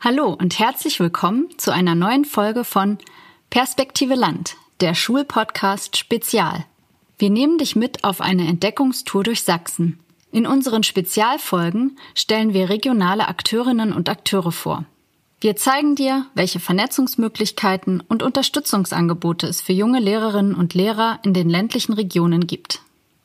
Hallo und herzlich willkommen zu einer neuen Folge von Perspektive Land, der Schulpodcast Spezial. Wir nehmen dich mit auf eine Entdeckungstour durch Sachsen. In unseren Spezialfolgen stellen wir regionale Akteurinnen und Akteure vor. Wir zeigen dir, welche Vernetzungsmöglichkeiten und Unterstützungsangebote es für junge Lehrerinnen und Lehrer in den ländlichen Regionen gibt.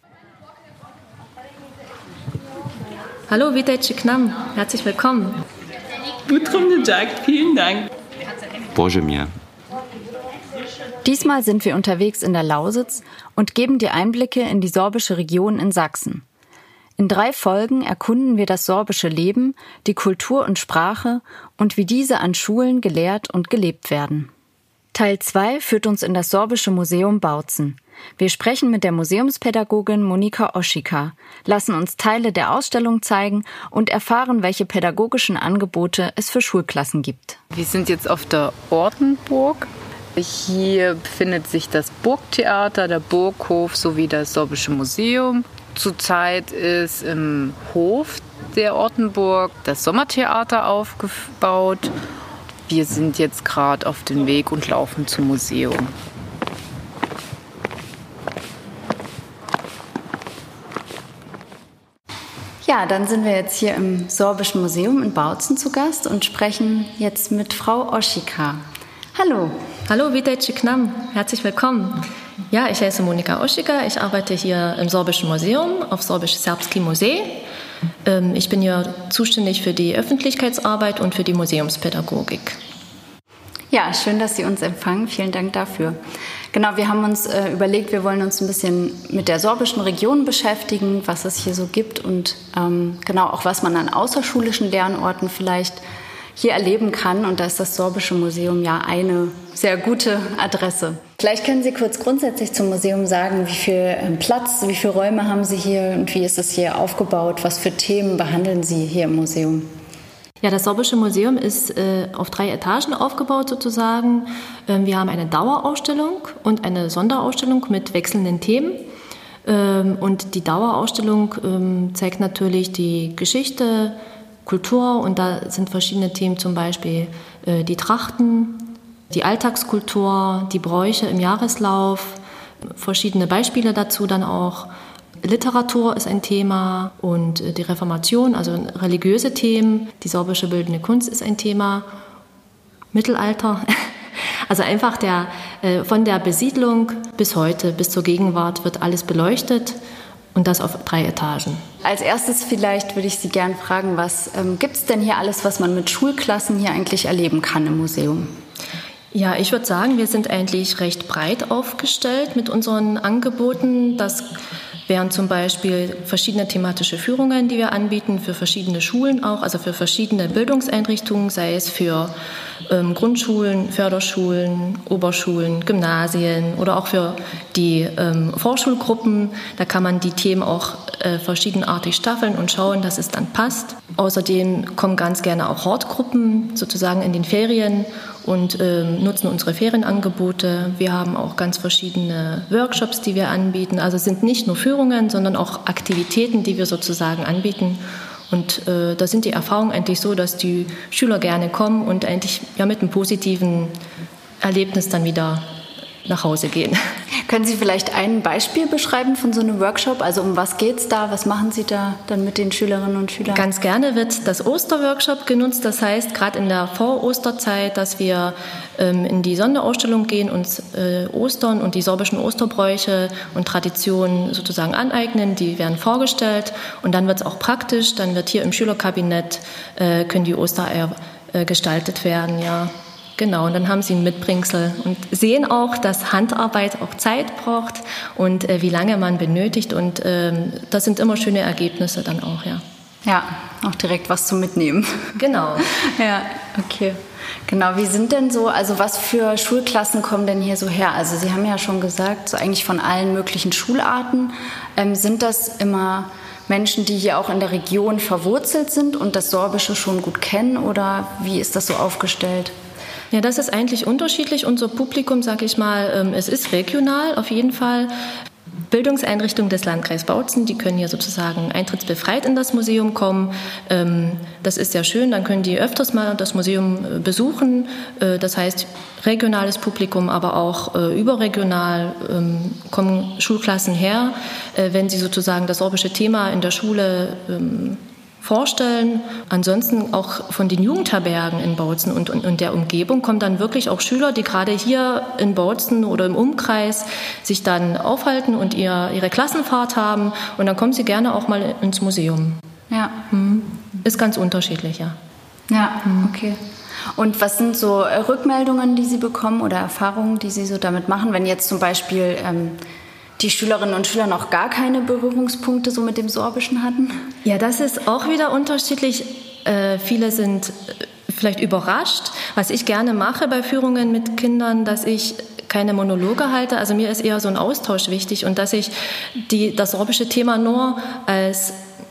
Hallo, witajcie k nam. Herzlich willkommen. Gutrum Jagd, vielen Dank. Boże mir. Diesmal sind wir unterwegs in der Lausitz und geben dir Einblicke in die sorbische Region in Sachsen. In 3 Folgen erkunden wir das sorbische Leben, die Kultur und Sprache und wie diese an Schulen gelehrt und gelebt werden. Teil 2 führt uns in das Sorbische Museum Bautzen. Wir sprechen mit der Museumspädagogin Monika Oschika, lassen uns Teile der Ausstellung zeigen und erfahren, welche pädagogischen Angebote es für Schulklassen gibt. Wir sind jetzt auf der Ortenburg. Hier befindet sich das Burgtheater, der Burghof sowie das Sorbische Museum. Zurzeit ist im Hof der Ortenburg das Sommertheater aufgebaut. Wir sind jetzt gerade auf dem Weg und laufen zum Museum. Ja, dann sind wir jetzt hier im Sorbischen Museum in Bautzen zu Gast und sprechen jetzt mit Frau Oschika. Hallo. Hallo, witajcie k nam. Herzlich willkommen. Ja, ich heiße Monika Oschika. Ich arbeite hier im Sorbischen Museum auf Sorbisch-Serbski Musee. Ich bin hier zuständig für die Öffentlichkeitsarbeit und für die Museumspädagogik. Ja, schön, dass Sie uns empfangen. Vielen Dank dafür. Genau, wir haben uns überlegt, wir wollen uns ein bisschen mit der sorbischen Region beschäftigen, was es hier so gibt und genau auch, was man an außerschulischen Lernorten vielleicht hier erleben kann. Und da ist das Sorbische Museum ja eine sehr gute Adresse. Vielleicht können Sie kurz grundsätzlich zum Museum sagen, wie viel Platz, wie viele Räume haben Sie hier und wie ist es hier aufgebaut? Was für Themen behandeln Sie hier im Museum? Ja, das Sorbische Museum ist auf 3 Etagen aufgebaut sozusagen. Wir haben eine Dauerausstellung und eine Sonderausstellung mit wechselnden Themen. Und die Dauerausstellung zeigt natürlich die Geschichte, Kultur und da sind verschiedene Themen, zum Beispiel die Trachten, die Alltagskultur, die Bräuche im Jahreslauf, verschiedene Beispiele dazu dann auch. Literatur ist ein Thema und die Reformation, also religiöse Themen, die sorbische bildende Kunst ist ein Thema, Mittelalter, also einfach von der Besiedlung bis heute, bis zur Gegenwart wird alles beleuchtet und das auf 3 Etagen. Als erstes vielleicht würde ich Sie gerne fragen, was gibt es denn hier alles, was man mit Schulklassen hier eigentlich erleben kann im Museum? Ja, ich würde sagen, wir sind eigentlich recht breit aufgestellt mit unseren Angeboten. Das wären zum Beispiel verschiedene thematische Führungen, die wir anbieten, für verschiedene Schulen auch, also für verschiedene Bildungseinrichtungen, sei es für Grundschulen, Förderschulen, Oberschulen, Gymnasien oder auch für die Vorschulgruppen. Da kann man die Themen auch verschiedenartig staffeln und schauen, dass es dann passt. Außerdem kommen ganz gerne auch Hortgruppen sozusagen in den Ferien und nutzen unsere Ferienangebote. Wir haben auch ganz verschiedene Workshops, die wir anbieten. Also es sind nicht nur Führungen, sondern auch Aktivitäten, die wir sozusagen anbieten. Und da sind die Erfahrungen eigentlich so, dass die Schüler gerne kommen und eigentlich ja, mit einem positiven Erlebnis dann wieder nach Hause gehen. Können Sie vielleicht ein Beispiel beschreiben von so einem Workshop? Also um was geht's da? Was machen Sie da dann mit den Schülerinnen und Schülern? Ganz gerne wird das Osterworkshop genutzt. Das heißt, gerade in der Vor-Osterzeit, dass wir in die Sonderausstellung gehen, uns Ostern und die sorbischen Osterbräuche und Traditionen sozusagen aneignen. Die werden vorgestellt und dann wird es auch praktisch. Dann wird hier im Schülerkabinett können die Ostereier gestaltet werden, ja. Genau, und dann haben sie ein Mitbringsel und sehen auch, dass Handarbeit auch Zeit braucht und wie lange man benötigt. Und das sind immer schöne Ergebnisse dann auch, ja. Ja, auch direkt was zum Mitnehmen. Genau. Ja, okay. Genau, wie sind denn so, also was für Schulklassen kommen denn hier so her? Also Sie haben ja schon gesagt, so eigentlich von allen möglichen Schularten. Sind das immer Menschen, die hier auch in der Region verwurzelt sind und das Sorbische schon gut kennen oder wie ist das so aufgestellt? Ja, das ist eigentlich unterschiedlich. Unser Publikum, sag ich mal, es ist regional auf jeden Fall. Bildungseinrichtungen des Landkreises Bautzen, die können hier sozusagen eintrittsbefreit in das Museum kommen. Das ist sehr schön, dann können die öfters mal das Museum besuchen. Das heißt, regionales Publikum, aber auch überregional kommen Schulklassen her, wenn sie sozusagen das sorbische Thema in der Schule vorstellen. Ansonsten auch von den Jugendherbergen in Bautzen und der Umgebung kommen dann wirklich auch Schüler, die gerade hier in Bautzen oder im Umkreis sich dann aufhalten und ihre Klassenfahrt haben. Und dann kommen sie gerne auch mal ins Museum. Ja. Ist ganz unterschiedlich, ja. Ja, okay. Und was sind so Rückmeldungen, die Sie bekommen oder Erfahrungen, die Sie so damit machen, wenn jetzt zum Beispiel die Schülerinnen und Schüler noch gar keine Berührungspunkte so mit dem Sorbischen hatten? Ja, das ist auch wieder unterschiedlich. Viele sind vielleicht überrascht. Was ich gerne mache bei Führungen mit Kindern, dass ich keine Monologe halte. Also mir ist eher so ein Austausch wichtig und dass ich das sorbische Thema nur als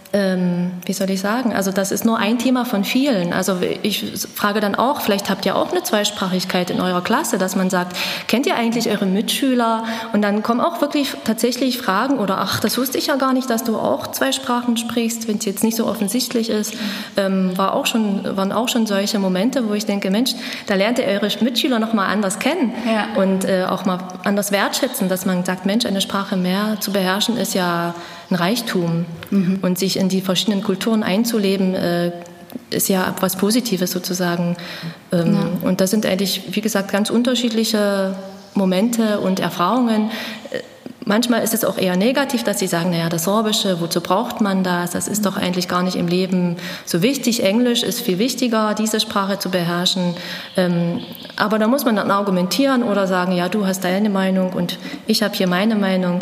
wie soll ich sagen, also das ist nur ein Thema von vielen. Also ich frage dann auch, vielleicht habt ihr auch eine Zweisprachigkeit in eurer Klasse, dass man sagt, kennt ihr eigentlich eure Mitschüler? Und dann kommen auch wirklich tatsächlich Fragen oder ach, das wusste ich ja gar nicht, dass du auch 2 Sprachen sprichst, wenn es jetzt nicht so offensichtlich ist. Waren auch schon solche Momente, wo ich denke, Mensch, da lernt ihr eure Mitschüler noch mal anders kennen und auch mal anders wertschätzen, dass man sagt, Mensch, eine Sprache mehr zu beherrschen ist ja ein Reichtum. Und sich in die verschiedenen Kulturen einzuleben, ist ja etwas Positives sozusagen. Und das sind eigentlich, wie gesagt, ganz unterschiedliche Momente und Erfahrungen. Manchmal ist es auch eher negativ, dass sie sagen, naja, das Sorbische, wozu braucht man das? Das ist doch eigentlich gar nicht im Leben so wichtig. Englisch ist viel wichtiger, diese Sprache zu beherrschen. Aber da muss man dann argumentieren oder sagen, ja, du hast deine Meinung und ich habe hier meine Meinung.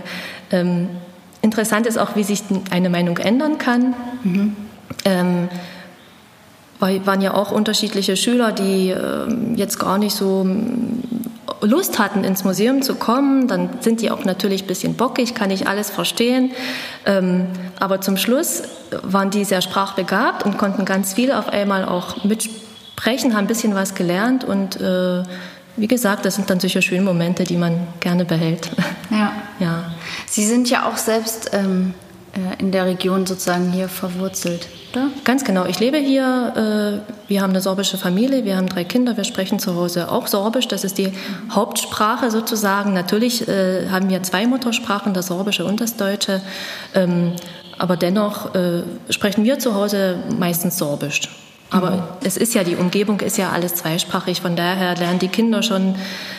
Interessant ist auch, wie sich eine Meinung ändern kann. Waren ja auch unterschiedliche Schüler, die jetzt gar nicht so Lust hatten, ins Museum zu kommen. Dann sind die auch natürlich ein bisschen bockig, kann ich alles verstehen. Aber zum Schluss waren die sehr sprachbegabt und konnten ganz viel auf einmal auch mitsprechen, haben ein bisschen was gelernt und wie gesagt, das sind dann solche schönen Momente, die man gerne behält. Ja. Sie sind ja auch selbst in der Region sozusagen hier verwurzelt, oder? Ganz genau. Ich lebe hier. Wir haben eine sorbische Familie, wir haben 3 Kinder, wir sprechen zu Hause auch Sorbisch. Das ist die Hauptsprache sozusagen. Natürlich haben wir 2 Muttersprachen, das Sorbische und das Deutsche. Aber dennoch sprechen wir zu Hause meistens Sorbisch. Aber es ist ja, die Umgebung ist ja alles zweisprachig, von daher lernen die Kinder schon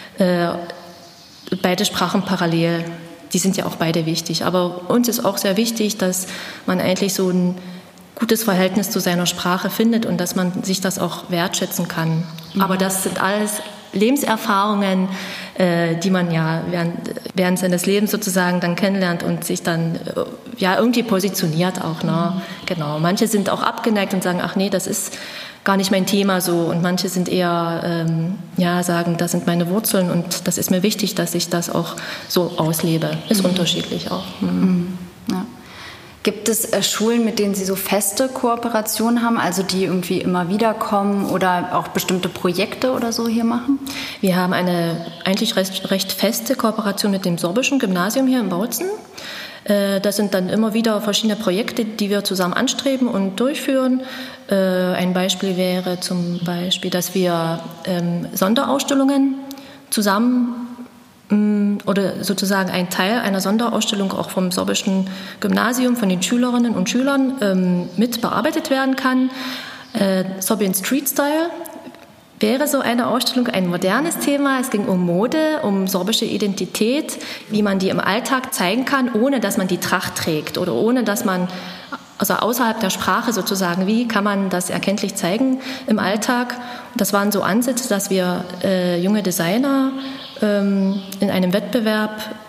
beide Sprachen parallel. Die sind ja auch beide wichtig. Aber uns ist auch sehr wichtig, dass man eigentlich so ein gutes Verhältnis zu seiner Sprache findet und dass man sich das auch wertschätzen kann. Aber das sind alles Lebenserfahrungen, die man ja während seines Lebens sozusagen dann kennenlernt und sich dann ja irgendwie positioniert auch. Ne? Genau. Manche sind auch abgeneigt und sagen, ach nee, das ist gar nicht mein Thema so. Und manche sind eher, sagen, das sind meine Wurzeln und das ist mir wichtig, dass ich das auch so auslebe. Ist unterschiedlich auch. Ja. Gibt es Schulen, mit denen Sie so feste Kooperationen haben, also die irgendwie immer wieder kommen oder auch bestimmte Projekte oder so hier machen? Wir haben eine eigentlich recht feste Kooperation mit dem sorbischen Gymnasium hier in Bautzen. Das sind dann immer wieder verschiedene Projekte, die wir zusammen anstreben und durchführen. Ein Beispiel wäre zum Beispiel, dass wir Sonderausstellungen zusammen oder sozusagen ein Teil einer Sonderausstellung auch vom sorbischen Gymnasium, von den Schülerinnen und Schülern mit bearbeitet werden kann. Sorbian Street Style wäre so eine Ausstellung ein modernes Thema. Es ging um Mode, um sorbische Identität, wie man die im Alltag zeigen kann, ohne dass man die Tracht trägt oder ohne dass man, also außerhalb der Sprache sozusagen, wie kann man das erkenntlich zeigen im Alltag. Das waren so Ansätze, dass wir junge Designer in einem Wettbewerb,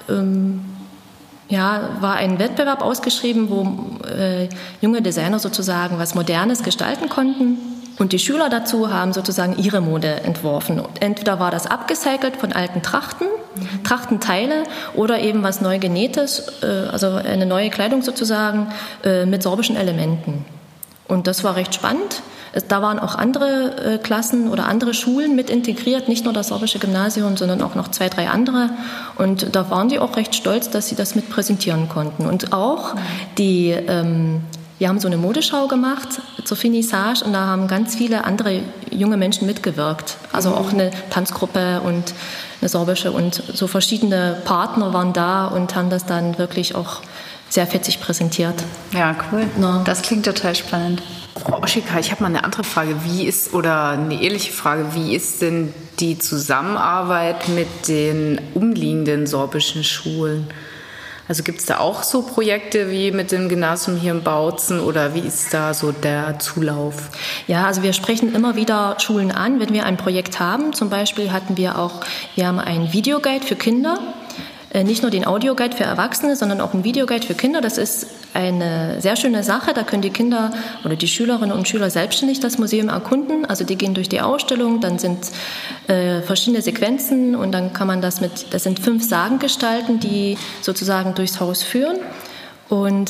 war ein Wettbewerb ausgeschrieben, wo junge Designer sozusagen was Modernes gestalten konnten. Und die Schüler dazu haben sozusagen ihre Mode entworfen. Und entweder war das abgecycelt von alten Trachtenteile oder eben was neu genähtes, also eine neue Kleidung sozusagen mit sorbischen Elementen. Und das war recht spannend. Da waren auch andere Klassen oder andere Schulen mit integriert, nicht nur das sorbische Gymnasium, sondern auch noch 2, 3 andere. Und da waren die auch recht stolz, dass sie das mit präsentieren konnten. Und auch wir haben so eine Modeschau gemacht zur Finissage und da haben ganz viele andere junge Menschen mitgewirkt. Also auch eine Tanzgruppe und eine sorbische und so verschiedene Partner waren da und haben das dann wirklich auch sehr fetzig präsentiert. Ja, cool. No. Das klingt total spannend. Frau Oschika, ich habe mal eine andere Frage. Eine ähnliche Frage. Wie ist denn die Zusammenarbeit mit den umliegenden sorbischen Schulen? Also gibt es da auch so Projekte wie mit dem Gymnasium hier in Bautzen oder wie ist da so der Zulauf? Ja, also wir sprechen immer wieder Schulen an, wenn wir ein Projekt haben. Zum Beispiel wir haben einen Videoguide für Kinder. Nicht nur den Audioguide für Erwachsene, sondern auch einen Videoguide für Kinder. Das ist eine sehr schöne Sache. Da können die Kinder oder die Schülerinnen und Schüler selbstständig das Museum erkunden. Also die gehen durch die Ausstellung, dann sind verschiedene Sequenzen und dann kann man das sind 5 Sagengestalten, die sozusagen durchs Haus führen. Und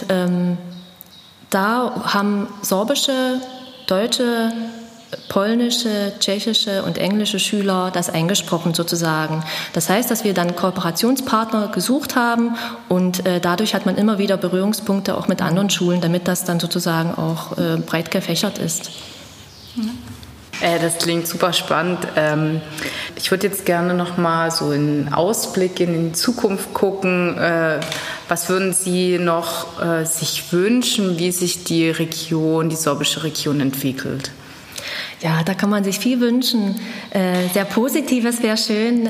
da haben sorbische, deutsche, polnische, tschechische und englische Schüler das eingesprochen sozusagen. Das heißt, dass wir dann Kooperationspartner gesucht haben und dadurch hat man immer wieder Berührungspunkte auch mit anderen Schulen, damit das dann sozusagen auch breit gefächert ist. Das klingt super spannend. Ich würde jetzt gerne noch mal so einen Ausblick in die Zukunft gucken. Was würden Sie noch sich wünschen, wie sich die sorbische Region entwickelt? Ja, da kann man sich viel wünschen. Sehr Positives wäre schön.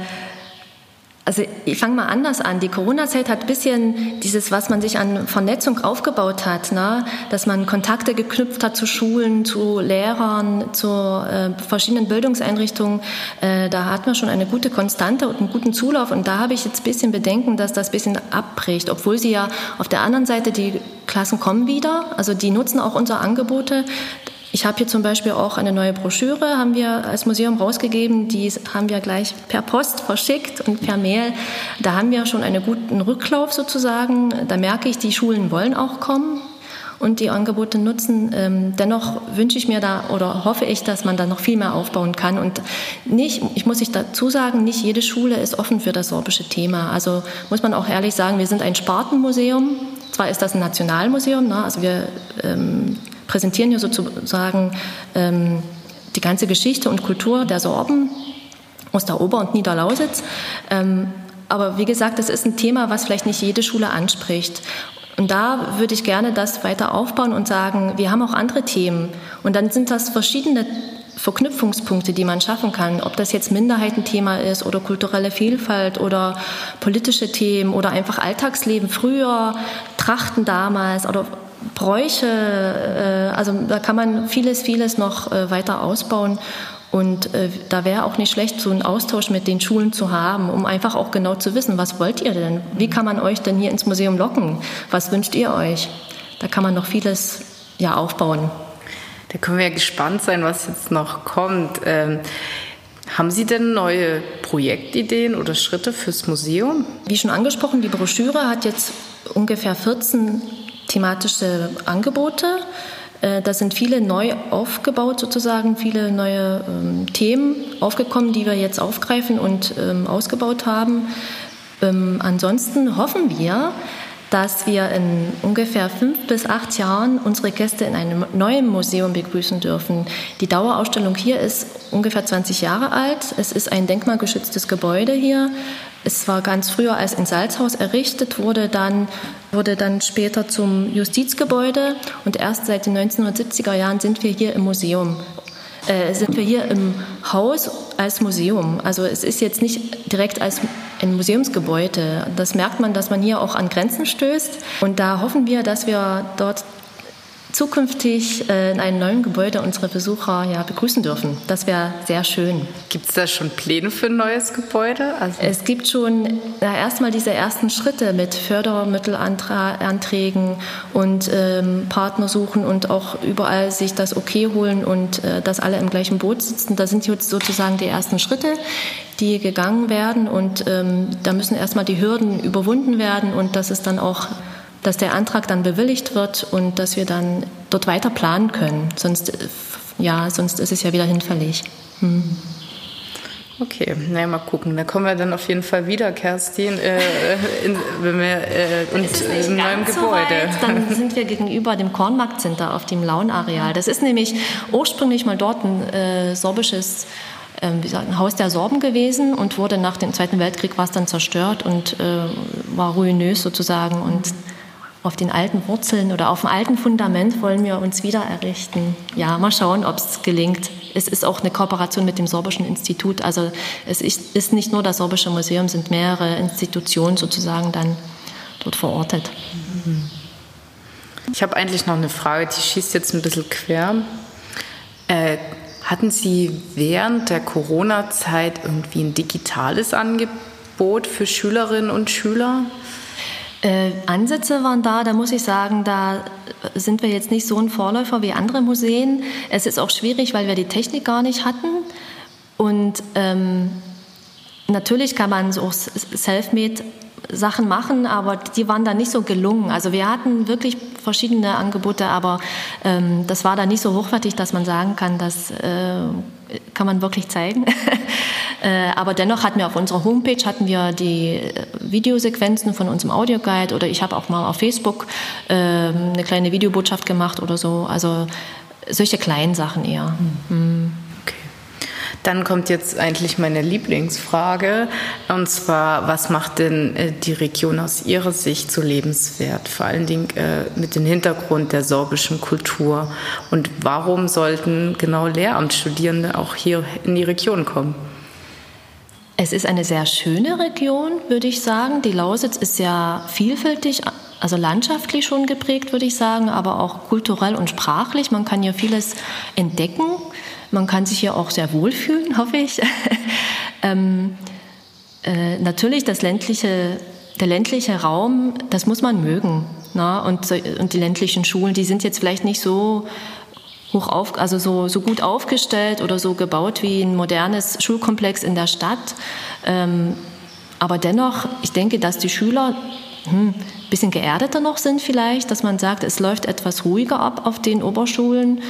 Also ich fange mal anders an. Die Corona-Zeit hat ein bisschen dieses, was man sich an Vernetzung aufgebaut hat, ne? Dass man Kontakte geknüpft hat zu Schulen, zu Lehrern, zu verschiedenen Bildungseinrichtungen. Da hat man schon eine gute Konstante und einen guten Zulauf. Und da habe ich jetzt ein bisschen Bedenken, dass das ein bisschen abbricht. Obwohl sie ja auf der anderen Seite, die Klassen kommen wieder. Also die nutzen auch unsere Angebote. Ich habe hier zum Beispiel auch eine neue Broschüre, haben wir als Museum rausgegeben, die haben wir gleich per Post verschickt und per Mail. Da haben wir schon einen guten Rücklauf sozusagen. Da merke ich, die Schulen wollen auch kommen und die Angebote nutzen. Dennoch wünsche ich mir oder hoffe ich, dass man da noch viel mehr aufbauen kann. Und ich muss dazu sagen, nicht jede Schule ist offen für das sorbische Thema. Also muss man auch ehrlich sagen, wir sind ein Spartenmuseum. Zwar ist das ein Nationalmuseum, ne? Also wir präsentieren hier sozusagen die ganze Geschichte und Kultur der Sorben aus der Ober- und Niederlausitz. Aber wie gesagt, das ist ein Thema, was vielleicht nicht jede Schule anspricht. Und da würde ich gerne das weiter aufbauen und sagen, wir haben auch andere Themen. Und dann sind das verschiedene Verknüpfungspunkte, die man schaffen kann. Ob das jetzt Minderheitenthema ist oder kulturelle Vielfalt oder politische Themen oder einfach Alltagsleben früher, Trachten damals oder Bräuche, also da kann man vieles noch weiter ausbauen und da wäre auch nicht schlecht, so einen Austausch mit den Schulen zu haben, um einfach auch genau zu wissen, was wollt ihr denn? Wie kann man euch denn hier ins Museum locken? Was wünscht ihr euch? Da kann man noch vieles aufbauen. Da können wir ja gespannt sein, was jetzt noch kommt. Haben Sie denn neue Projektideen oder Schritte fürs Museum? Wie schon angesprochen, die Broschüre hat jetzt ungefähr 14 thematische Angebote. Da sind viele neu aufgebaut sozusagen, viele neue Themen aufgekommen, die wir jetzt aufgreifen und ausgebaut haben. Ansonsten hoffen wir, dass wir in ungefähr 5 bis 8 Jahren unsere Gäste in einem neuen Museum begrüßen dürfen. Die Dauerausstellung hier ist ungefähr 20 Jahre alt. Es ist ein denkmalgeschütztes Gebäude hier. Es war ganz früher als ein Salzhaus errichtet, wurde dann später zum Justizgebäude und erst seit den 1970er Jahren sind wir hier im Museum. Sind wir hier im Haus als Museum. Also es ist jetzt nicht direkt als ein Museumsgebäude. Das merkt man, dass man hier auch an Grenzen stößt. Und da hoffen wir, dass wir dort zukünftig in einem neuen Gebäude unsere Besucher begrüßen dürfen. Das wäre sehr schön. Gibt es da schon Pläne für ein neues Gebäude? Es gibt schon erstmal diese ersten Schritte mit Fördermittelanträgen und Partner suchen und auch überall sich das Okay holen und dass alle im gleichen Boot sitzen. Da sind jetzt sozusagen die ersten Schritte, die gegangen werden und da müssen erstmal die Hürden überwunden werden und dass es dann auch dass der Antrag dann bewilligt wird und dass wir dann dort weiter planen können. Sonst ist es ja wieder hinfällig. Okay, mal gucken. Da kommen wir dann auf jeden Fall wieder, Kerstin, wenn wir uns im neuen Gebäude. So dann sind wir gegenüber dem Kornmarktcenter auf dem Launareal. Das ist nämlich ursprünglich mal dort ein sorbisches ein Haus der Sorben gewesen und wurde nach dem Zweiten Weltkrieg dann zerstört und war ruinös sozusagen. Und auf den alten Wurzeln oder auf dem alten Fundament wollen wir uns wieder errichten. Ja, mal schauen, ob es gelingt. Es ist auch eine Kooperation mit dem Sorbischen Institut. Also es ist nicht nur das Sorbische Museum, es sind mehrere Institutionen sozusagen dann dort verortet. Ich habe eigentlich noch eine Frage, die schießt jetzt ein bisschen quer. Hatten Sie während der Corona-Zeit irgendwie ein digitales Angebot für Schülerinnen und Schüler? Ansätze waren da muss ich sagen, da sind wir jetzt nicht so ein Vorläufer wie andere Museen. Es ist auch schwierig, weil wir die Technik gar nicht hatten. Und natürlich kann man so auch Selfmade-Sachen machen, aber die waren dann nicht so gelungen. Also wir hatten wirklich verschiedene Angebote, aber das war dann nicht so hochwertig, dass man sagen kann, das kann man wirklich zeigen. Aber dennoch hatten wir auf unserer Homepage die Videosequenzen von unserem Audioguide oder ich habe auch mal auf Facebook eine kleine Videobotschaft gemacht oder so. Also solche kleinen Sachen eher. Okay. Dann kommt jetzt eigentlich meine Lieblingsfrage, und zwar, was macht denn die Region aus Ihrer Sicht so lebenswert, vor allen Dingen mit dem Hintergrund der sorbischen Kultur, und warum sollten genau Lehramtsstudierende auch hier in die Region kommen? Es ist eine sehr schöne Region, würde ich sagen. Die Lausitz ist sehr vielfältig, also landschaftlich schon geprägt, würde ich sagen, aber auch kulturell und sprachlich. Man kann hier vieles entdecken. Man kann sich hier auch sehr wohlfühlen, hoffe ich. Natürlich der ländliche Raum, das muss man mögen. Na? Und die ländlichen Schulen, die sind jetzt vielleicht nicht so so gut aufgestellt oder so gebaut wie ein modernes Schulkomplex in der Stadt. Aber dennoch, ich denke, dass die Schüler ein bisschen geerdeter noch sind vielleicht, dass man sagt, es läuft etwas ruhiger ab auf den Oberschulen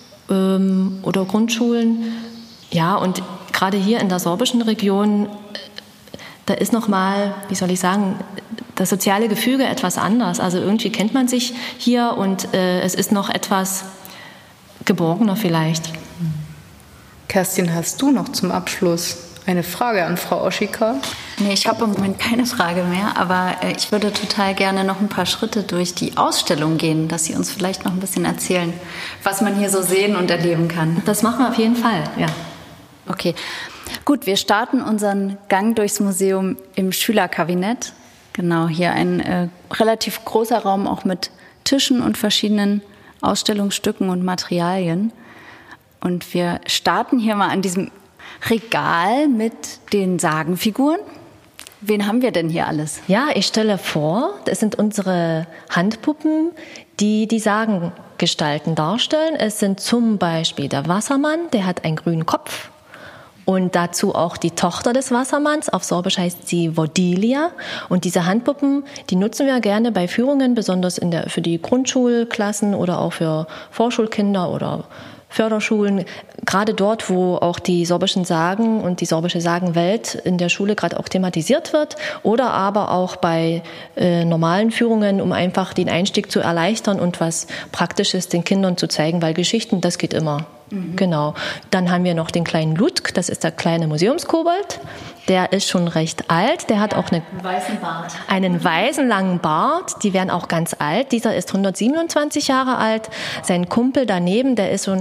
oder Grundschulen. Ja, und gerade hier in der sorbischen Region, da ist nochmal, wie soll ich sagen, das soziale Gefüge etwas anders. Also irgendwie kennt man sich hier und es ist noch etwas geborgener vielleicht. Kerstin, hast du noch zum Abschluss eine Frage an Frau Oschika? Nee, ich habe im Moment keine Frage mehr, aber ich würde total gerne noch ein paar Schritte durch die Ausstellung gehen, dass Sie uns vielleicht noch ein bisschen erzählen, was man hier so sehen und erleben kann. Das machen wir auf jeden Fall, ja. Okay, gut, wir starten unseren Gang durchs Museum im Schülerkabinett. Genau, hier ein relativ großer Raum, auch mit Tischen und verschiedenen Ausstellungsstücken und Materialien. Und wir starten hier mal an diesem Regal mit den Sagenfiguren. Wen haben wir denn hier alles? Ja, ich stelle vor, das sind unsere Handpuppen, die die Sagengestalten darstellen. Es sind zum Beispiel der Wassermann, der hat einen grünen Kopf. Und dazu auch die Tochter des Wassermanns, auf Sorbisch heißt sie Vodilia. Und diese Handpuppen, die nutzen wir gerne bei Führungen, besonders für die Grundschulklassen oder auch für Vorschulkinder oder Förderschulen. Gerade dort, wo auch die sorbischen Sagen und die sorbische Sagenwelt in der Schule gerade auch thematisiert wird. Oder aber auch bei normalen Führungen, um einfach den Einstieg zu erleichtern und was Praktisches den Kindern zu zeigen, weil Geschichten, das geht immer. Genau. Dann haben wir noch den kleinen Ludg, das ist der kleine Museumskobold. Der ist schon recht alt, der hat auch einen weißen Bart. Einen weißen, langen Bart, die werden auch ganz alt. Dieser ist 127 Jahre alt. Sein Kumpel daneben, der ist schon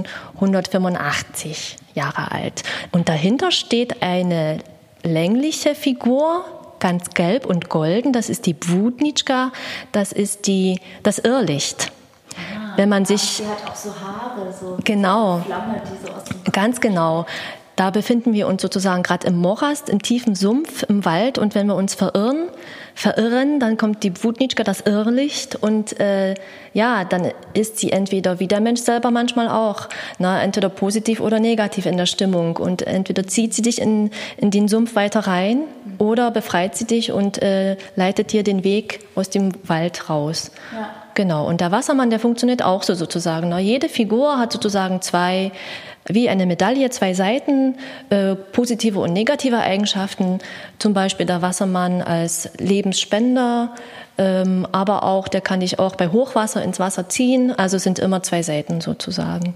185 Jahre alt. Und dahinter steht eine längliche Figur, ganz gelb und golden, das ist die Bwudnitschka, das ist das Irrlicht. Wenn man sich, die hat auch so Haare, so genau, Flamme, die so aus dem ganz genau. Da befinden wir uns sozusagen gerade im Morast, im tiefen Sumpf, im Wald. Und wenn wir uns verirren, dann kommt die Wutnitschka, das Irrlicht. Und dann ist sie entweder wie der Mensch selber manchmal auch, entweder positiv oder negativ in der Stimmung. Und entweder zieht sie dich in den Sumpf weiter rein oder befreit sie dich und leitet dir den Weg aus dem Wald raus. Ja. Genau. Und der Wassermann, der funktioniert auch so sozusagen. Jede Figur hat sozusagen wie eine Medaille, 2 Seiten, positive und negative Eigenschaften. Zum Beispiel der Wassermann als Lebensspender, aber auch, der kann dich auch bei Hochwasser ins Wasser ziehen. Also sind immer 2 Seiten sozusagen.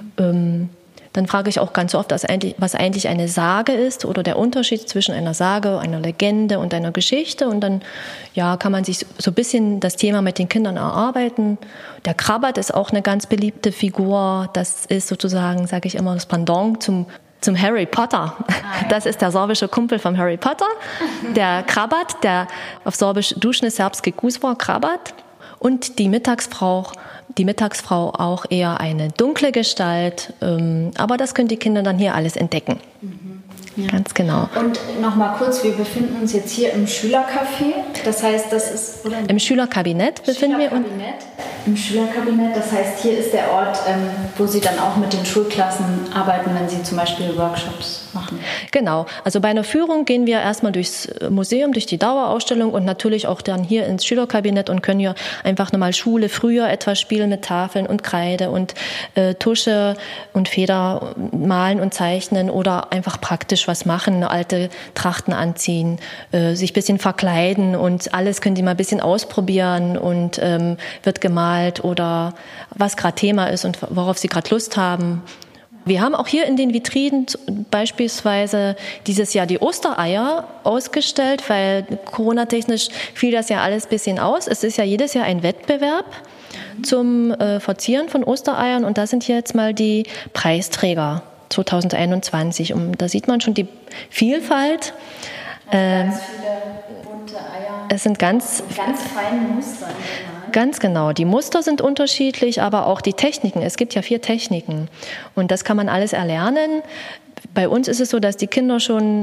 Dann frage ich auch ganz oft, was eigentlich eine Sage ist oder der Unterschied zwischen einer Sage, einer Legende und einer Geschichte. Und dann kann man sich so ein bisschen das Thema mit den Kindern erarbeiten. Der Krabat ist auch eine ganz beliebte Figur. Das ist sozusagen, sage ich immer, das Pendant zum Harry Potter. Das ist der sorbische Kumpel vom Harry Potter. Der Krabat, der auf Sorbisch Duschne Serbski Gusvor Krabat. Und die Mittagsfrau auch eher eine dunkle Gestalt. Aber das können die Kinder dann hier alles entdecken. Ja. Ganz genau. Und nochmal kurz, wir befinden uns jetzt hier im Schülercafé. Das heißt, das ist... Oder im Schülerkabinett befinden wir uns. Im Schülerkabinett, das heißt, hier ist der Ort, wo Sie dann auch mit den Schulklassen arbeiten, wenn Sie zum Beispiel Workshops machen. Genau, also bei einer Führung gehen wir erstmal durchs Museum, durch die Dauerausstellung und natürlich auch dann hier ins Schülerkabinett und können hier einfach nochmal Schule früher etwas spielen mit Tafeln und Kreide und Tusche und Feder malen und zeichnen oder einfach praktisch was machen, alte Trachten anziehen, sich ein bisschen verkleiden und alles können die mal ein bisschen ausprobieren und wird gemalt oder was gerade Thema ist und worauf sie gerade Lust haben. Wir haben auch hier in den Vitrinen beispielsweise dieses Jahr die Ostereier ausgestellt, weil coronatechnisch fiel das ja alles ein bisschen aus. Es ist ja jedes Jahr ein Wettbewerb zum Verzieren von Ostereiern und da sind hier jetzt mal die Preisträger 2021. Und da sieht man schon die Vielfalt. Ganz viele bunte Eier. Es sind ganz feine Muster. Ganz genau. Die Muster sind unterschiedlich, aber auch die Techniken. Es gibt ja 4 Techniken und das kann man alles erlernen. Bei uns ist es so, dass die Kinder schon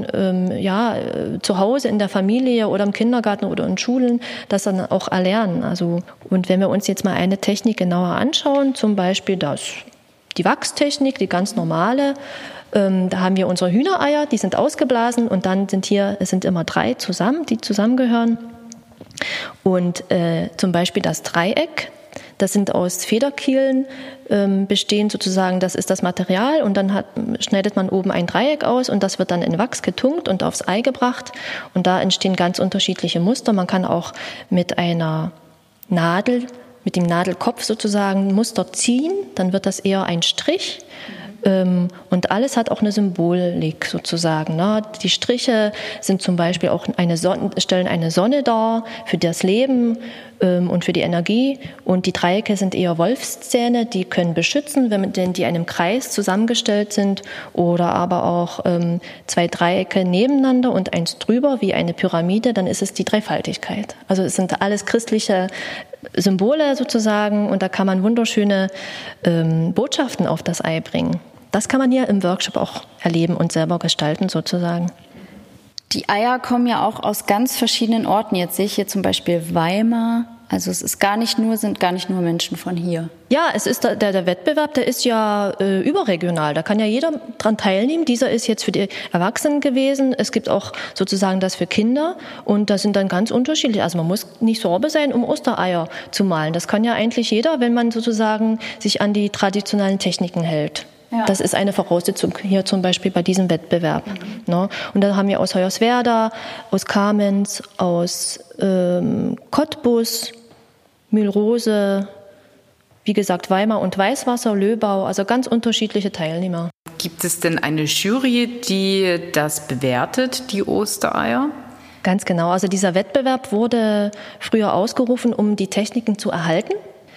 zu Hause in der Familie oder im Kindergarten oder in Schulen das dann auch erlernen. Also, und wenn wir uns jetzt mal eine Technik genauer anschauen, zum Beispiel die Wachstechnik, die ganz normale, da haben wir unsere Hühnereier, die sind ausgeblasen und dann es sind immer 3 zusammen, die zusammengehören. Und zum Beispiel das Dreieck, das sind aus Federkielen bestehen sozusagen, das ist das Material und dann schneidet man oben ein Dreieck aus und das wird dann in Wachs getunkt und aufs Ei gebracht und da entstehen ganz unterschiedliche Muster. Man kann auch mit einer Nadel, mit dem Nadelkopf sozusagen Muster ziehen, dann wird das eher ein Strich. Und alles hat auch eine Symbolik sozusagen. Die Striche sind zum Beispiel auch stellen eine Sonne dar für das Leben und für die Energie. Und die Dreiecke sind eher Wolfszähne, die können beschützen, wenn die in einem Kreis zusammengestellt sind. Oder aber auch 2 Dreiecke nebeneinander und eins drüber wie eine Pyramide, dann ist es die Dreifaltigkeit. Also es sind alles christliche Symbole sozusagen und da kann man wunderschöne Botschaften auf das Ei bringen. Das kann man hier im Workshop auch erleben und selber gestalten sozusagen. Die Eier kommen ja auch aus ganz verschiedenen Orten. Jetzt sehe ich hier zum Beispiel Weimar. Also es ist sind gar nicht nur Menschen von hier. Ja, es ist der Wettbewerb, der ist ja überregional. Da kann ja jeder dran teilnehmen. Dieser ist jetzt für die Erwachsenen gewesen. Es gibt auch sozusagen das für Kinder und das sind dann ganz unterschiedlich. Also man muss nicht Sorbe sein, um Ostereier zu malen. Das kann ja eigentlich jeder, wenn man sozusagen sich an die traditionellen Techniken hält. Ja. Das ist eine Voraussetzung hier zum Beispiel bei diesem Wettbewerb. Ne? Und da haben wir aus Hoyerswerda, aus Kamenz, aus Cottbus, Mühlrose, wie gesagt Weimar und Weißwasser, Löbau, also ganz unterschiedliche Teilnehmer. Gibt es denn eine Jury, die das bewertet, die Ostereier? Ganz genau, also dieser Wettbewerb wurde früher ausgerufen, um die Techniken zu erhalten.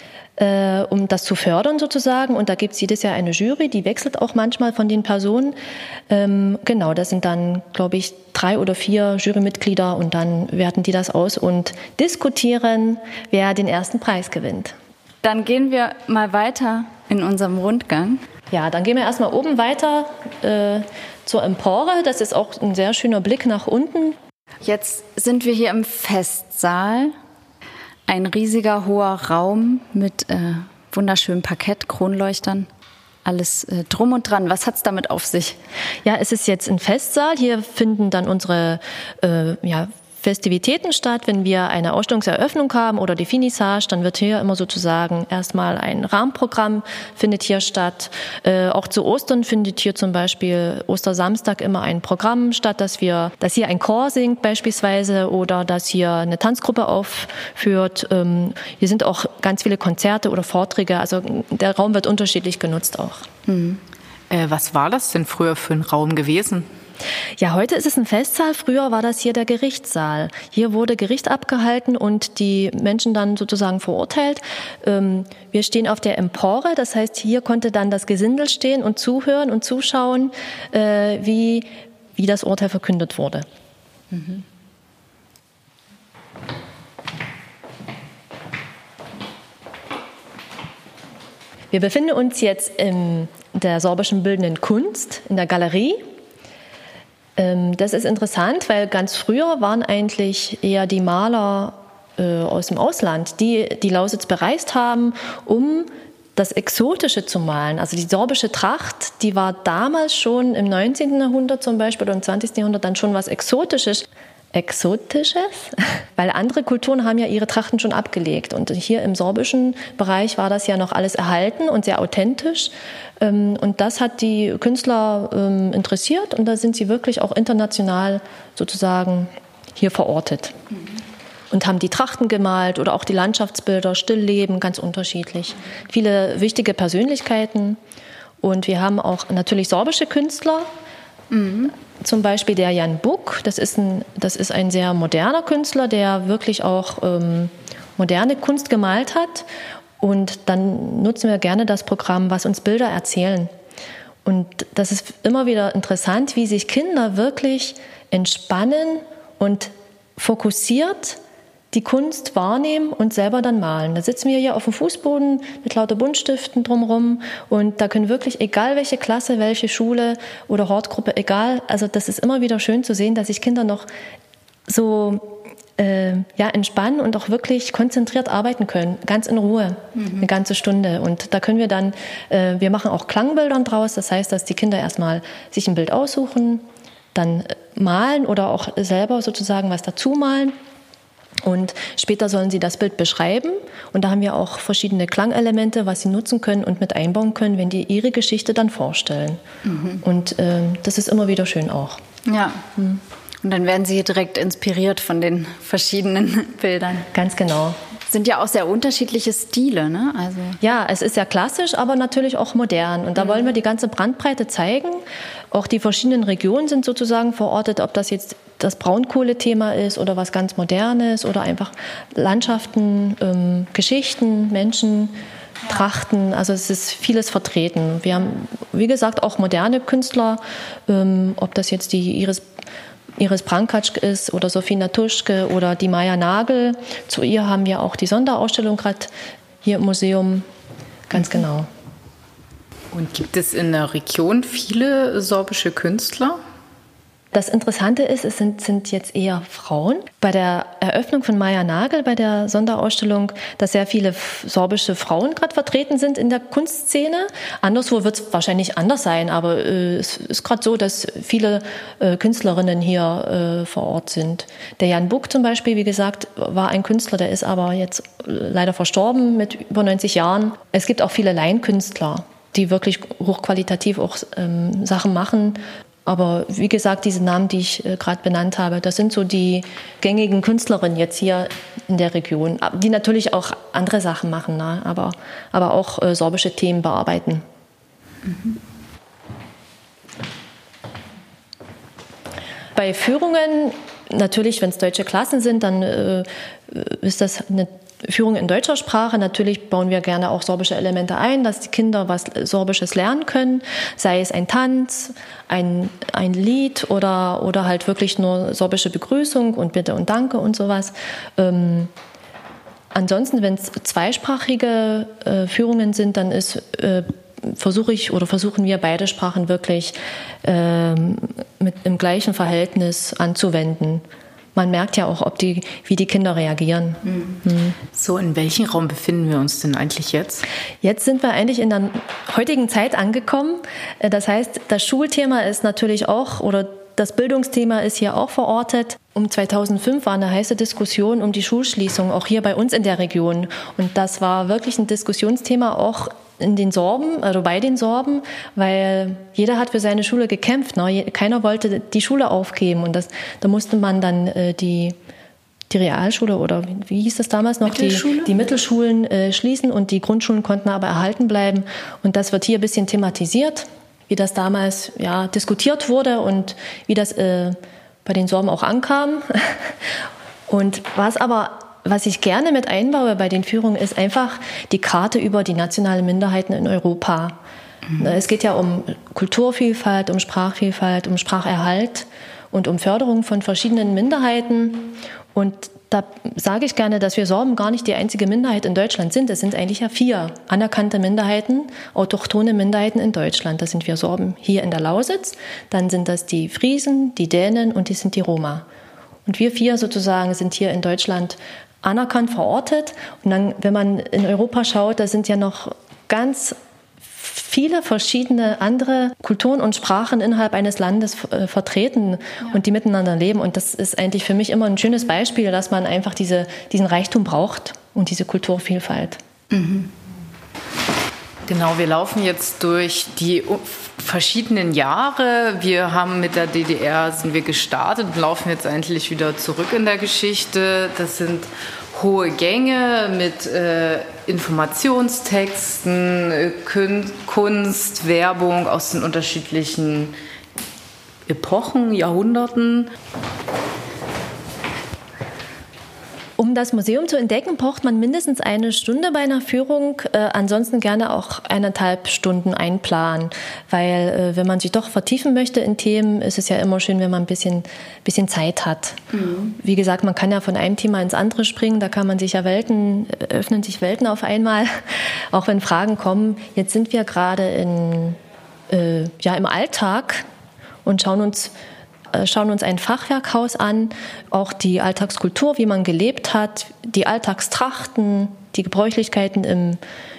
Um das zu fördern sozusagen. Und da gibt es jedes Jahr eine Jury, die wechselt auch manchmal von den Personen. Genau, das sind dann, glaube ich, 3 oder 4 Jurymitglieder und dann werten die das aus und diskutieren, wer den ersten Preis gewinnt. Dann gehen wir mal weiter in unserem Rundgang. Ja, dann gehen wir erstmal oben weiter zur Empore. Das ist auch ein sehr schöner Blick nach unten. Jetzt sind wir hier im Festsaal. Ein riesiger, hoher Raum mit wunderschönem Parkett, Kronleuchtern. Alles drum und dran. Was hat es damit auf sich? Ja, es ist jetzt ein Festsaal. Hier finden dann unsere Festivitäten statt. Wenn wir eine Ausstellungseröffnung haben oder die Finissage, dann wird hier immer sozusagen erstmal ein Rahmenprogramm findet hier statt. Auch zu Ostern findet hier zum Beispiel Ostersamstag immer ein Programm statt, dass hier ein Chor singt beispielsweise oder dass hier eine Tanzgruppe aufführt. Hier sind auch ganz viele Konzerte oder Vorträge. Also der Raum wird unterschiedlich genutzt auch. Was war das denn früher für ein Raum gewesen? Ja, heute ist es ein Festsaal. Früher war das hier der Gerichtssaal. Hier wurde Gericht abgehalten und die Menschen dann sozusagen verurteilt. Wir stehen auf der Empore, das heißt, hier konnte dann das Gesindel stehen und zuhören und zuschauen, wie das Urteil verkündet wurde. Mhm. Wir befinden uns jetzt in der sorbischen bildenden Kunst, in der Galerie. Das ist interessant, weil ganz früher waren eigentlich eher die Maler aus dem Ausland, die Lausitz bereist haben, um das Exotische zu malen. Also die sorbische Tracht, die war damals schon im 19. Jahrhundert zum Beispiel oder im 20. Jahrhundert dann schon was Exotisches, weil andere Kulturen haben ja ihre Trachten schon abgelegt. Und hier im sorbischen Bereich war das ja noch alles erhalten und sehr authentisch. Und das hat die Künstler interessiert und da sind sie wirklich auch international sozusagen hier verortet. Und haben die Trachten gemalt oder auch die Landschaftsbilder, Stillleben, ganz unterschiedlich. Viele wichtige Persönlichkeiten. Und wir haben auch natürlich sorbische Künstler. Zum Beispiel der Jan Buck, das ist ein sehr moderner Künstler, der wirklich auch moderne Kunst gemalt hat. Und dann nutzen wir gerne das Programm, was uns Bilder erzählen. Und das ist immer wieder interessant, wie sich Kinder wirklich entspannen und fokussiert die Kunst wahrnehmen und selber dann malen. Da sitzen wir hier auf dem Fußboden mit lauter Buntstiften drumherum und da können wirklich, egal welche Klasse, welche Schule oder Hortgruppe, egal, also das ist immer wieder schön zu sehen, dass sich Kinder noch so entspannen und auch wirklich konzentriert arbeiten können, ganz in Ruhe, eine ganze Stunde. Und da können wir dann, wir machen auch Klangbildern draus, das heißt, dass die Kinder erstmal sich ein Bild aussuchen, dann malen oder auch selber sozusagen was dazu malen. Und später sollen sie das Bild beschreiben. Und da haben wir auch verschiedene Klangelemente, was sie nutzen können und mit einbauen können, wenn die ihre Geschichte dann vorstellen. Und das ist immer wieder schön auch. Ja. Und dann werden sie direkt inspiriert von den verschiedenen Bildern. Ganz genau. Sind ja auch sehr unterschiedliche Stile, ne? Also ja, es ist ja klassisch, aber natürlich auch modern. Und da wollen wir die ganze Bandbreite zeigen. Auch die verschiedenen Regionen sind sozusagen verortet, ob das jetzt das Braunkohlethema ist oder was ganz Modernes oder einfach Landschaften, Geschichten, Menschen, Trachten. Also es ist vieles vertreten. Wir haben, wie gesagt, auch moderne Künstler, ob das jetzt die Iris Brankatsch ist oder Sophie Natuschke oder die Maja Nagel. Zu ihr haben wir auch die Sonderausstellung gerade hier im Museum. Ganz genau. Und gibt es in der Region viele sorbische Künstler? Das Interessante ist, es sind jetzt eher Frauen. Bei der Eröffnung von Maja Nagel, bei der Sonderausstellung, dass sehr viele sorbische Frauen gerade vertreten sind in der Kunstszene. Anderswo wird es wahrscheinlich anders sein, aber es ist gerade so, dass viele Künstlerinnen hier vor Ort sind. Der Jan Buck zum Beispiel, wie gesagt, war ein Künstler, der ist aber jetzt leider verstorben mit über 90 Jahren. Es gibt auch viele Laienkünstler, die wirklich hochqualitativ auch Sachen machen. Aber wie gesagt, diese Namen, die ich gerade benannt habe, das sind so die gängigen Künstlerinnen jetzt hier in der Region, die natürlich auch andere Sachen machen, ne? aber auch sorbische Themen bearbeiten. Bei Führungen, natürlich, wenn es deutsche Klassen sind, dann ist das eine Führung in deutscher Sprache. Natürlich bauen wir gerne auch sorbische Elemente ein, dass die Kinder was Sorbisches lernen können, sei es ein Tanz, ein Lied oder halt wirklich nur sorbische Begrüßung und Bitte und Danke und sowas. Ansonsten, wenn es zweisprachige Führungen sind, dann ist versuchen wir beide Sprachen wirklich im gleichen Verhältnis anzuwenden. Man merkt ja auch, wie die Kinder reagieren. Mhm. So, in welchem Raum befinden wir uns denn eigentlich jetzt? Jetzt sind wir eigentlich in der heutigen Zeit angekommen. Das heißt, das Schulthema ist natürlich auch, oder das Bildungsthema ist hier auch verortet. 2005 war eine heiße Diskussion um die Schulschließung, auch hier bei uns in der Region. Und das war wirklich ein Diskussionsthema auch in den Sorben, also bei den Sorben, weil jeder hat für seine Schule gekämpft. Ne? Keiner wollte die Schule aufgeben. Und da musste man dann die Realschule oder wie hieß das damals noch? Die Mittelschulen schließen und die Grundschulen konnten aber erhalten bleiben. Und das wird hier ein bisschen thematisiert, wie das damals diskutiert wurde und wie das bei den Sorben auch ankam. Und was ich gerne mit einbaue bei den Führungen, ist einfach die Karte über die nationalen Minderheiten in Europa. Mhm. Es geht ja um Kulturvielfalt, um Sprachvielfalt, um Spracherhalt und um Förderung von verschiedenen Minderheiten. Und da sage ich gerne, dass wir Sorben gar nicht die einzige Minderheit in Deutschland sind. Es sind eigentlich ja 4 anerkannte Minderheiten, autochthone Minderheiten in Deutschland. Das sind wir Sorben hier in der Lausitz, dann sind das die Friesen, die Dänen und die Roma. Und wir 4 sozusagen sind hier in Deutschland anerkannt, verortet. Und dann, wenn man in Europa schaut, da sind ja noch ganz viele verschiedene andere Kulturen und Sprachen innerhalb eines Landes vertreten und die miteinander leben. Und das ist eigentlich für mich immer ein schönes Beispiel, dass man einfach diesen Reichtum braucht und diese Kulturvielfalt. Mhm. Genau, wir laufen jetzt durch die verschiedenen Jahre. Wir haben mit der DDR sind wir gestartet und laufen jetzt eigentlich wieder zurück in der Geschichte. Das sind hohe Gänge mit Informationstexten, Kunst, Werbung aus den unterschiedlichen Epochen, Jahrhunderten. Um das Museum zu entdecken, braucht man mindestens 1 Stunde bei einer Führung, ansonsten gerne auch 1,5 Stunden einplanen, weil wenn man sich doch vertiefen möchte in Themen, ist es ja immer schön, wenn man ein bisschen Zeit hat. Mhm. Wie gesagt, man kann ja von einem Thema ins andere springen, da kann man sich ja öffnen sich Welten auf einmal, auch wenn Fragen kommen. Jetzt sind wir gerade im Alltag und schauen uns ein Fachwerkhaus an, auch die Alltagskultur, wie man gelebt hat, die Alltagstrachten, die Gebräuchlichkeiten im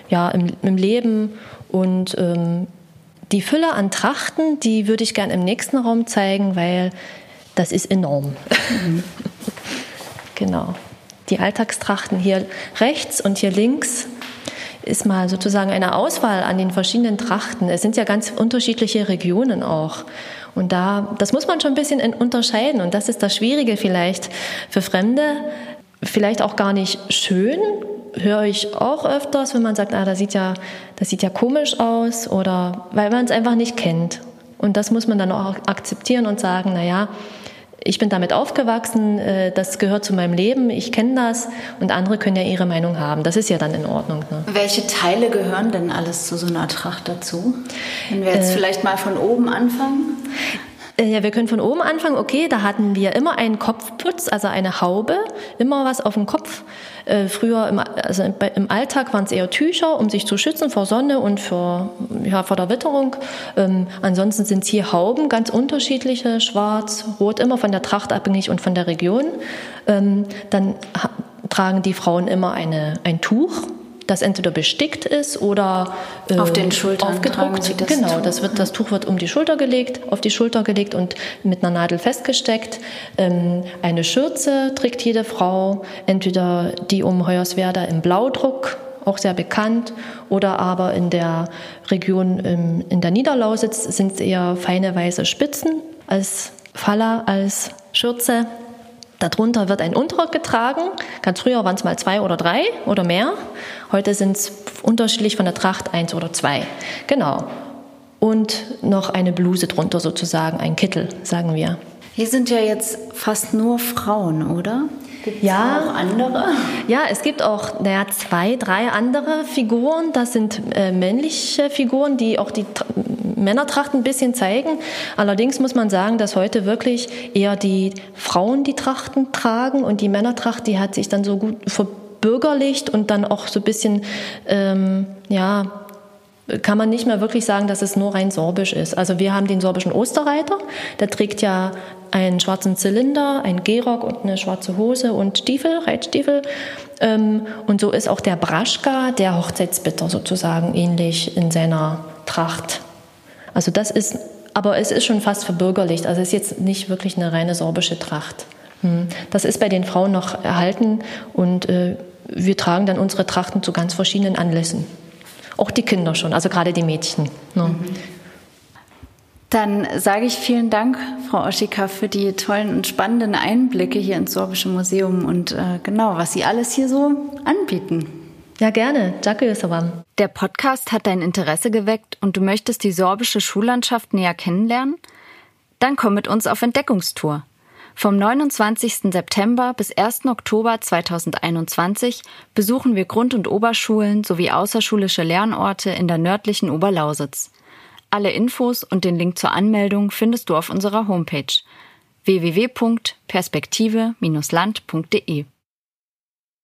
Leben und die Fülle an Trachten, die würde ich gerne im nächsten Raum zeigen, weil das ist enorm. Mhm. Genau. Die Alltagstrachten hier rechts und hier links ist mal sozusagen eine Auswahl an den verschiedenen Trachten. Es sind ja ganz unterschiedliche Regionen auch. Und das muss man schon ein bisschen unterscheiden. Und das ist das Schwierige vielleicht für Fremde. Vielleicht auch gar nicht schön, höre ich auch öfters, wenn man sagt, das sieht ja komisch aus, oder weil man es einfach nicht kennt. Und das muss man dann auch akzeptieren und sagen, ich bin damit aufgewachsen, das gehört zu meinem Leben, ich kenne das und andere können ja ihre Meinung haben. Das ist ja dann in Ordnung. Ne? Welche Teile gehören denn alles zu so einer Tracht dazu? Wenn wir jetzt vielleicht mal von oben anfangen. Ja, wir können von oben anfangen. Okay, da hatten wir immer einen Kopfputz, also eine Haube, immer was auf dem Kopf. Früher im Alltag waren es eher Tücher, um sich zu schützen vor Sonne und vor der Witterung. Ansonsten sind es hier Hauben, ganz unterschiedliche, schwarz, rot, immer von der Tracht abhängig und von der Region. Dann tragen die Frauen immer ein Tuch, das entweder bestickt ist oder auf den Schultern aufgedruckt. Genau, das Tuch wird auf die Schulter gelegt und mit einer Nadel festgesteckt. Eine Schürze trägt jede Frau, entweder die um Hoyerswerda im Blaudruck, auch sehr bekannt, oder aber in der Region in der Niederlausitz sind es eher feine weiße Spitzen als Falla, als Schürze. Darunter wird ein Unterrock getragen. Ganz früher waren es mal 2 oder 3 oder mehr. Heute sind es unterschiedlich von der Tracht 1 oder 2. Genau. Und noch eine Bluse drunter sozusagen, ein Kittel, sagen wir. Hier sind ja jetzt fast nur Frauen, oder? Gibt es auch andere? Ja, es gibt auch 2, 3 andere Figuren. Das sind männliche Figuren, die auch die Männertracht ein bisschen zeigen. Allerdings muss man sagen, dass heute wirklich eher die Frauen die Trachten tragen und die Männertracht, die hat sich dann so gut verbürgerlicht und dann auch so ein bisschen kann man nicht mehr wirklich sagen, dass es nur rein sorbisch ist. Also wir haben den sorbischen Osterreiter, der trägt ja einen schwarzen Zylinder, einen Gehrock und eine schwarze Hose und Stiefel, Reitstiefel. Und so ist auch der Braschka, der Hochzeitsbitter sozusagen, ähnlich in seiner Tracht. Also aber es ist schon fast verbürgerlicht, also es ist jetzt nicht wirklich eine reine sorbische Tracht. Das ist bei den Frauen noch erhalten und wir tragen dann unsere Trachten zu ganz verschiedenen Anlässen. Auch die Kinder schon, also gerade die Mädchen. Ne? Dann sage ich vielen Dank, Frau Oschika, für die tollen und spannenden Einblicke hier ins Sorbische Museum und genau, was Sie alles hier so anbieten. Ja, gerne. Danke, Savam. Der Podcast hat dein Interesse geweckt und du möchtest die sorbische Schullandschaft näher kennenlernen? Dann komm mit uns auf Entdeckungstour. Vom 29. September bis 1. Oktober 2021 besuchen wir Grund- und Oberschulen sowie außerschulische Lernorte in der nördlichen Oberlausitz. Alle Infos und den Link zur Anmeldung findest du auf unserer Homepage www.perspektive-land.de.